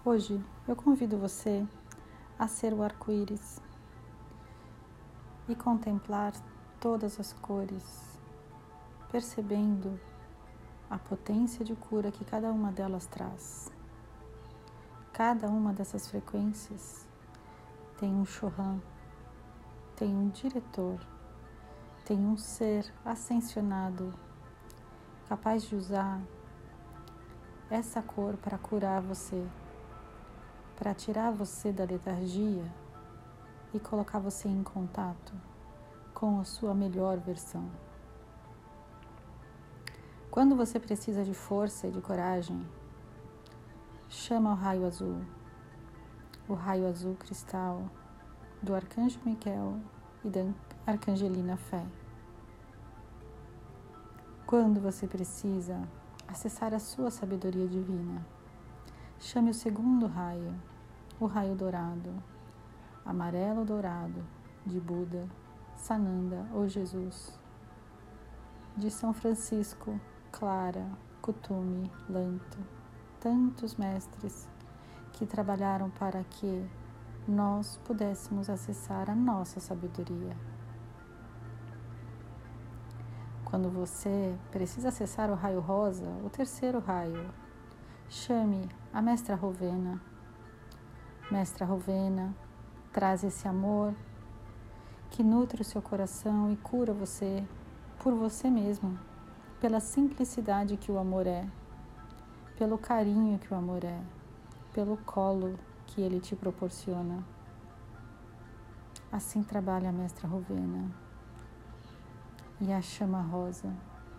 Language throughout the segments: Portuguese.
Hoje eu convido você a ser o arco-íris e contemplar todas as cores, percebendo a potência de cura que cada uma delas traz. Cada uma dessas frequências tem um Chohan, tem um diretor, tem um ser ascensionado capaz de usar essa cor para curar você, para tirar você da letargia e colocar você em contato com a sua melhor versão. Quando você precisa de força e de coragem, chama o raio azul cristal do Arcanjo Miguel e da Arcangelina Fé. Quando você precisa acessar a sua sabedoria divina, chame o segundo raio, o raio dourado, amarelo dourado, de Buda, Sananda ou Jesus, de São Francisco, Clara, Kuthumi, Lanto, tantos mestres que trabalharam para que nós pudéssemos acessar a nossa sabedoria. Quando você precisa acessar o raio rosa, o terceiro raio, chame a Mestra Rovena. Mestra Rovena traz esse amor que nutre o seu coração e cura você por você mesmo, pela simplicidade que o amor é, pelo carinho que o amor é, pelo colo que ele te proporciona. Assim trabalha a Mestra Rovena e a chama rosa.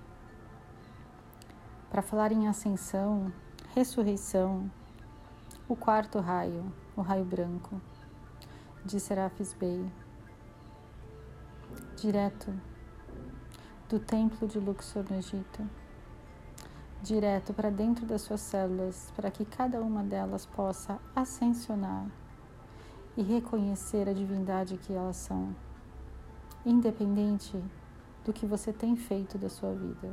Para falar em ascensão, ressurreição, o quarto raio, o raio branco, de Serapis Bey, direto do templo de Luxor no Egito, direto para dentro das suas células, para que cada uma delas possa ascensionar e reconhecer a divindade que elas são, independente do que você tem feito da sua vida.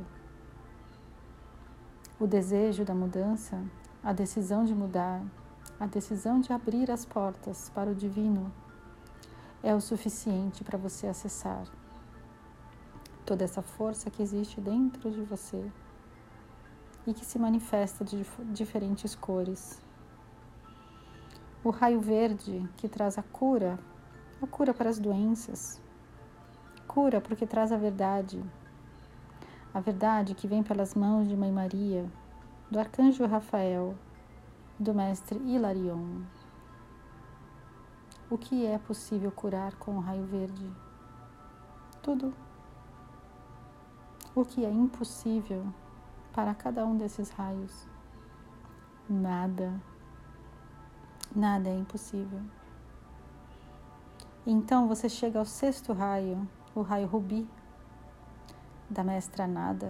O desejo da mudança, a decisão de mudar, a decisão de abrir as portas para o divino é o suficiente para você acessar toda essa força que existe dentro de você e que se manifesta de diferentes cores. O raio verde que traz a cura para as doenças, cura porque traz a verdade que vem pelas mãos de Mãe Maria, do Arcanjo Rafael, do Mestre Hilarion. O que é possível curar com o raio verde? Tudo. O que é impossível para cada um desses raios? Nada. Nada é impossível. Então você chega ao sexto raio, o raio rubi, da Mestra Nada.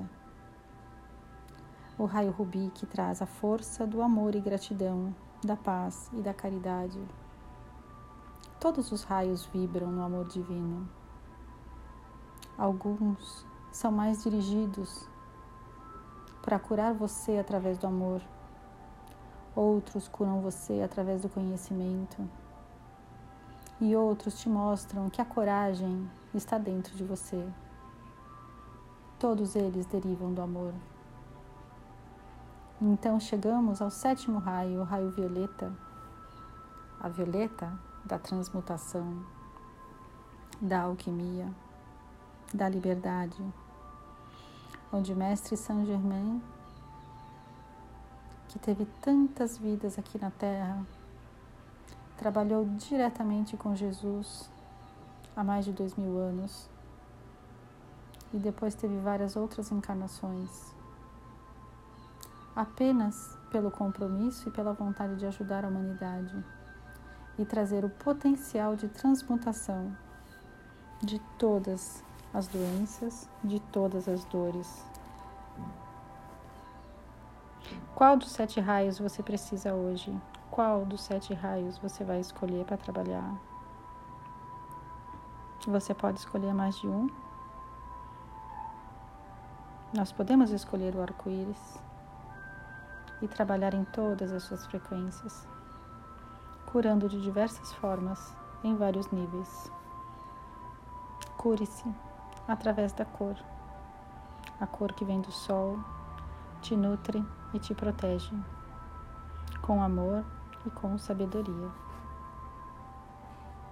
O raio rubi que traz a força do amor e gratidão, da paz e da caridade. Todos os raios vibram no amor divino. Alguns são mais dirigidos para curar você através do amor. Outros curam você através do conhecimento. E outros te mostram que a coragem está dentro de você. Todos eles derivam do amor. Então chegamos ao sétimo raio, o raio violeta. A violeta da transmutação, da alquimia, da liberdade, onde Mestre Saint Germain, que teve tantas vidas aqui na Terra, trabalhou diretamente com Jesus há mais de 2000 anos e depois teve várias outras encarnações, apenas pelo compromisso e pela vontade de ajudar a humanidade e trazer o potencial de transmutação de todas as doenças, de todas as dores. Qual dos 7 raios você precisa hoje? Qual dos 7 raios você vai escolher para trabalhar? Você pode escolher mais de um. Nós podemos escolher o arco-íris e trabalhar em todas as suas frequências. curando de diversas formas, em vários níveis. Cure-se através da cor. A cor que vem do sol te nutre e te protege, com amor e com sabedoria.